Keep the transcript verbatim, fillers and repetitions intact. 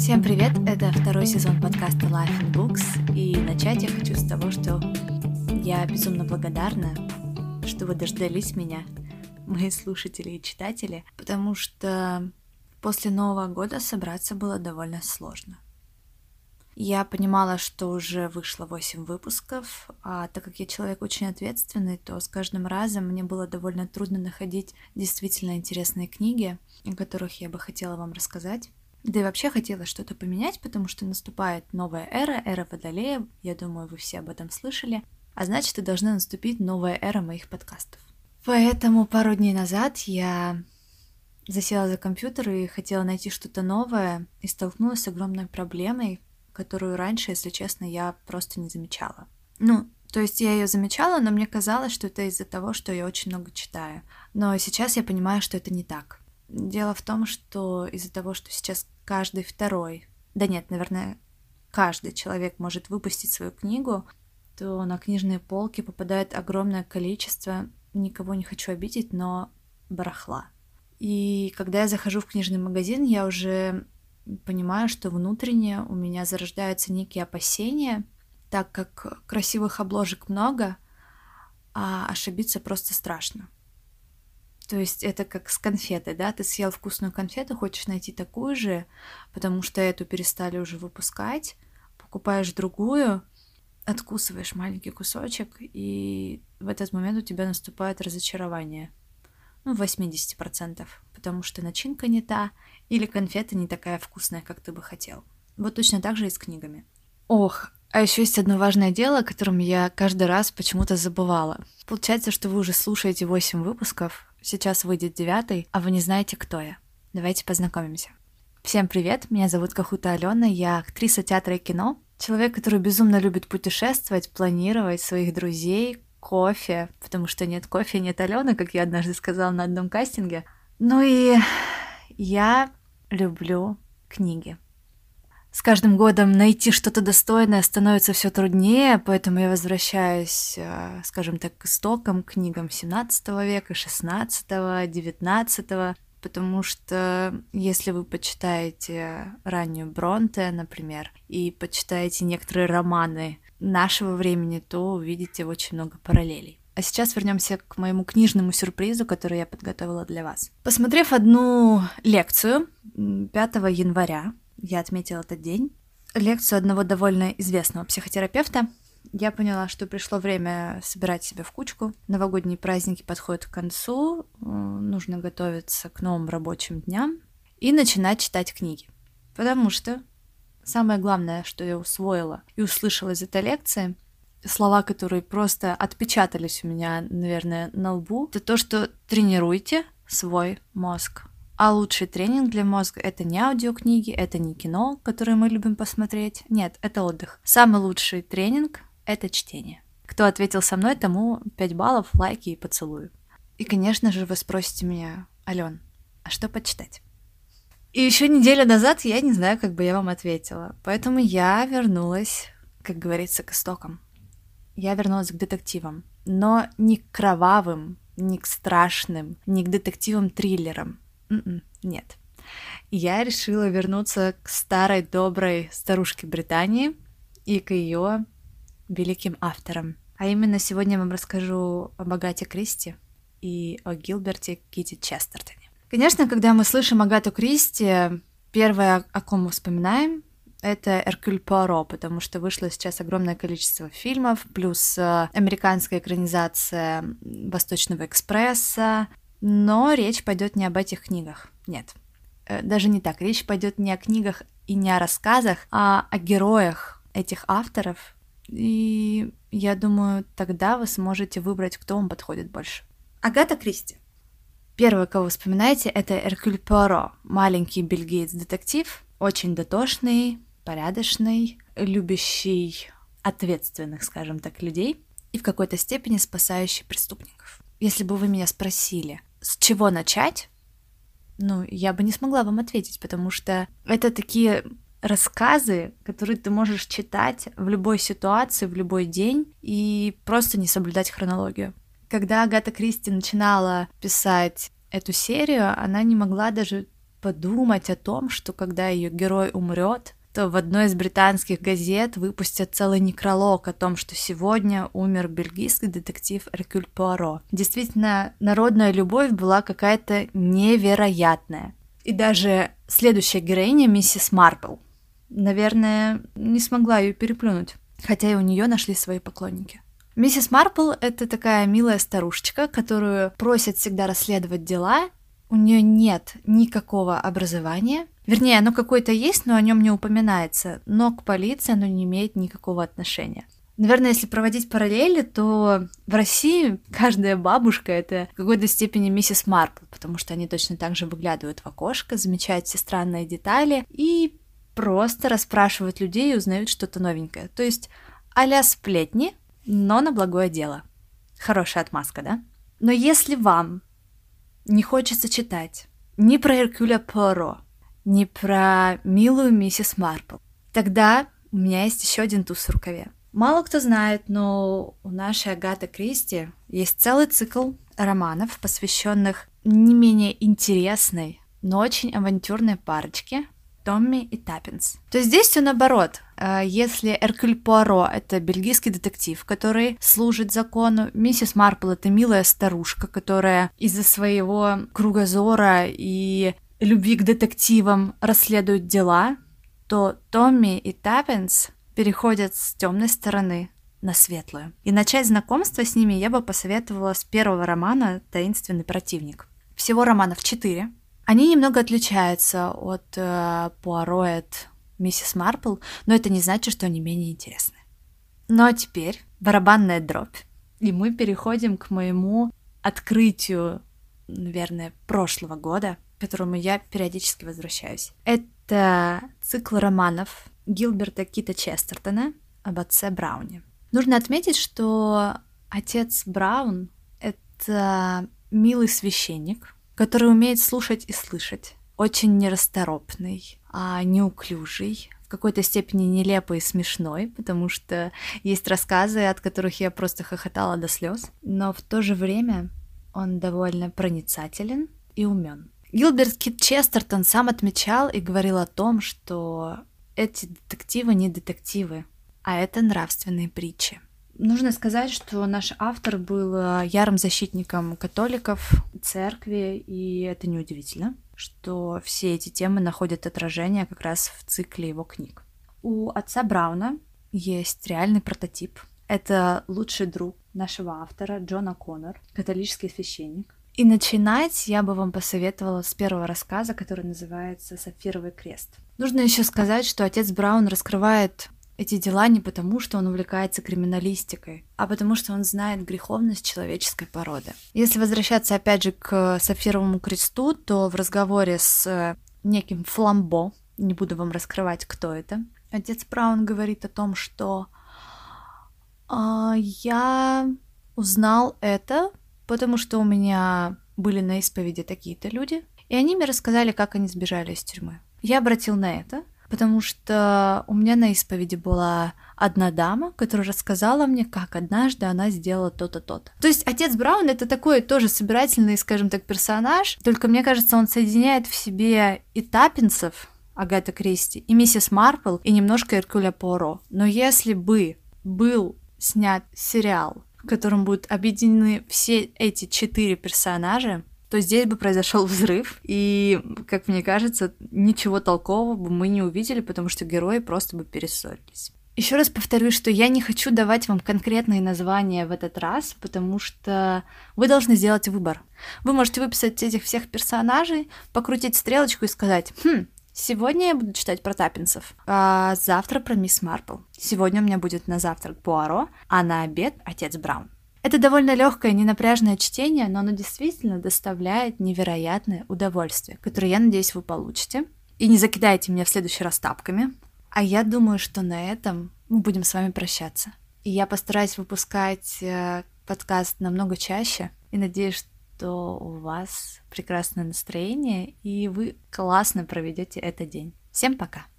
Всем привет! Это второй сезон подкаста Life in Books, и начать я хочу с того, что я безумно благодарна, что вы дождались меня, мои слушатели и читатели, потому что после Нового года собраться было довольно сложно. Я понимала, что уже вышло восемь выпусков, а так как я человек очень ответственный, то с каждым разом мне было довольно трудно находить действительно интересные книги, о которых я бы хотела вам рассказать. Да и вообще хотела что-то поменять, потому что наступает новая эра, эра Водолея, я думаю, вы все об этом слышали, а значит и должна наступить новая эра моих подкастов. Поэтому пару дней назад я засела за компьютер и хотела найти что-то новое, и столкнулась с огромной проблемой, которую раньше, если честно, я просто не замечала. Ну, то есть я ее замечала, но мне казалось, что это из-за того, что я очень много читаю. Но сейчас я понимаю, что это не так. Дело в том, что из-за того, что сейчас каждый второй, да нет, наверное, каждый человек может выпустить свою книгу, то на книжные полки попадает огромное количество, никого не хочу обидеть, но барахла. И когда я захожу в книжный магазин, я уже понимаю, что внутренне у меня зарождаются некие опасения, так как красивых обложек много, а ошибиться просто страшно. То есть это как с конфетой, да? Ты съел вкусную конфету, хочешь найти такую же, потому что эту перестали уже выпускать, покупаешь другую, откусываешь маленький кусочек, и в этот момент у тебя наступает разочарование. Ну, восемьдесят процентов, потому что начинка не та, или конфета не такая вкусная, как ты бы хотел. Вот точно так же и с книгами. Ох, а еще есть одно важное дело, о котором я каждый раз почему-то забывала. Получается, что вы уже слушаете восемь выпусков, сейчас выйдет девятый, а вы не знаете, кто я. Давайте познакомимся. Всем привет, меня зовут Кахута Алена, я актриса театра и кино, человек, который безумно любит путешествовать, планировать своих друзей, кофе, потому что нет кофе, нет Алены, как я однажды сказала на одном кастинге. Ну и я люблю книги. С каждым годом найти что-то достойное становится все труднее, поэтому я возвращаюсь, скажем так, к истокам, к книгам семнадцатого века, шестнадцатого, девятнадцатого, потому что если вы почитаете раннюю Бронте, например, и почитаете некоторые романы нашего времени, то увидите очень много параллелей. А сейчас вернемся к моему книжному сюрпризу, который я подготовила для вас. Посмотрев одну лекцию пятого января, я отметила этот день, лекцию одного довольно известного психотерапевта, я поняла, что пришло время собирать себя в кучку. Новогодние праздники подходят к концу, нужно готовиться к новым рабочим дням и начинать читать книги. Потому что самое главное, что я усвоила и услышала из этой лекции, слова, которые просто отпечатались у меня, наверное, на лбу, это то, что тренируйте свой мозг. А лучший тренинг для мозга — это не аудиокниги, это не кино, которое мы любим посмотреть. Нет, это отдых. Самый лучший тренинг — это чтение. Кто ответил со мной, тому пять баллов, лайки и поцелуи. И, конечно же, вы спросите меня: Алён, а что почитать? И еще неделю назад я не знаю, как бы я вам ответила. Поэтому я вернулась, как говорится, к истокам. Я вернулась к детективам. Но не к кровавым, не к страшным, не к детективам-триллерам. Mm-mm, нет. Я решила вернуться к старой доброй старушке Британии и к ее великим авторам. А именно сегодня я вам расскажу об Агате Кристи и о Гилберте Кити Честертоне. Конечно, когда мы слышим Агату Кристи, первое, о ком мы вспоминаем, это Эркюль Пуаро, потому что вышло сейчас огромное количество фильмов, плюс американская экранизация «Восточного экспресса». Но речь пойдет не об этих книгах. Нет, даже не так. Речь пойдет не о книгах и не о рассказах, а о героях этих авторов. И я думаю, тогда вы сможете выбрать, кто вам подходит больше. Агата Кристи. Первое, кого вы вспоминаете, это Эркюль Пуаро. Маленький бельгиец-детектив, очень дотошный, порядочный, любящий ответственных, скажем так, людей и в какой-то степени спасающий преступников. Если бы вы меня спросили, с чего начать, ну, я бы не смогла вам ответить, потому что это такие рассказы, которые ты можешь читать в любой ситуации, в любой день и просто не соблюдать хронологию. Когда Агата Кристи начинала писать эту серию, она не могла даже подумать о том, что когда ее герой умрет, то в одной из британских газет выпустят целый некролог о том, что сегодня умер бельгийский детектив Эркюль Пуаро. Действительно, народная любовь была какая-то невероятная. И даже следующая героиня, миссис Марпл, наверное, не смогла ее переплюнуть, хотя и у нее нашли свои поклонники. Миссис Марпл — это такая милая старушечка, которую просят всегда расследовать дела. У нее нет никакого образования. Вернее, оно какое-то есть, но о нем не упоминается. Но к полиции оно не имеет никакого отношения. Наверное, если проводить параллели, то в России каждая бабушка — это в какой-то степени миссис Марпл, потому что они точно так же выглядывают в окошко, замечают все странные детали и просто расспрашивают людей и узнают что-то новенькое. То есть а-ля сплетни, но на благое дело. Хорошая отмазка, да? Но если вам не хочется читать ни про Эркюля Пуаро, ни про милую миссис Марпл, тогда у меня есть еще один туз в рукаве. Мало кто знает, но у нашей Агаты Кристи есть целый цикл романов, посвященных не менее интересной, но очень авантюрной парочке Томми и Таппинс. То есть здесь все наоборот. Если Эркюль Пуаро — это бельгийский детектив, который служит закону, миссис Марпл — это милая старушка, которая из-за своего кругозора и любви к детективам расследует дела, то Томми и Таппинс переходят с темной стороны на светлую. И начать знакомство с ними я бы посоветовала с первого романа «Таинственный противник». Всего романов четыре. Они немного отличаются от э, Пуаро и от миссис Марпл, но это не значит, что они менее интересны. Ну а теперь барабанная дробь, и мы переходим к моему открытию, наверное, прошлого года, к которому я периодически возвращаюсь. Это цикл романов Гилберта Кита Честертона об отце Брауне. Нужно отметить, что отец Браун — это милый священник, который умеет слушать и слышать, очень нерасторопный, а неуклюжий, в какой-то степени нелепый и смешной, потому что есть рассказы, от которых я просто хохотала до слез, но в то же время он довольно проницателен и умен. Гилберт Кит Честертон сам отмечал и говорил о том, что эти детективы не детективы, а это нравственные притчи. Нужно сказать, что наш автор был ярым защитником католиков, церкви, и это неудивительно, что все эти темы находят отражение как раз в цикле его книг. У отца Брауна есть реальный прототип. Это лучший друг нашего автора Джон О'Коннор, католический священник. И начинать я бы вам посоветовала с первого рассказа, который называется «Сапфировый крест». Нужно еще сказать, что отец Браун раскрывает эти дела не потому, что он увлекается криминалистикой, а потому что он знает греховность человеческой породы. Если возвращаться опять же к Сапфировому кресту, то в разговоре с неким Фламбо, не буду вам раскрывать, кто это, отец Браун говорит о том, что «А, я узнал это, потому что у меня были на исповеди такие-то люди, и они мне рассказали, как они сбежали из тюрьмы. Я обратил на это, потому что у меня на исповеди была одна дама, которая рассказала мне, как однажды она сделала то-то, то-то». То есть отец Браун — это такой тоже собирательный, скажем так, персонаж, только мне кажется, он соединяет в себе и Таппинсов, Агата Кристи, и миссис Марпл, и немножко Эркюля Пуаро. Но если бы был снят сериал, в котором будут объединены все эти четыре персонажа, то здесь бы произошел взрыв, и, как мне кажется, ничего толкового бы мы не увидели, потому что герои просто бы перессорились. Еще раз повторюсь, что я не хочу давать вам конкретные названия в этот раз, потому что вы должны сделать выбор. Вы можете выписать этих всех персонажей, покрутить стрелочку и сказать: «Хм, сегодня я буду читать про Таппинсов, а завтра про мисс Марпл. Сегодня у меня будет на завтрак Пуаро, а на обед отец Браун». Это довольно легкое, ненапряжное чтение, но оно действительно доставляет невероятное удовольствие, которое, я надеюсь, вы получите. И не закидайте меня в следующий раз тапками. А я думаю, что на этом мы будем с вами прощаться. И я постараюсь выпускать э, подкаст намного чаще. И надеюсь, что у вас прекрасное настроение, и вы классно проведете этот день. Всем пока!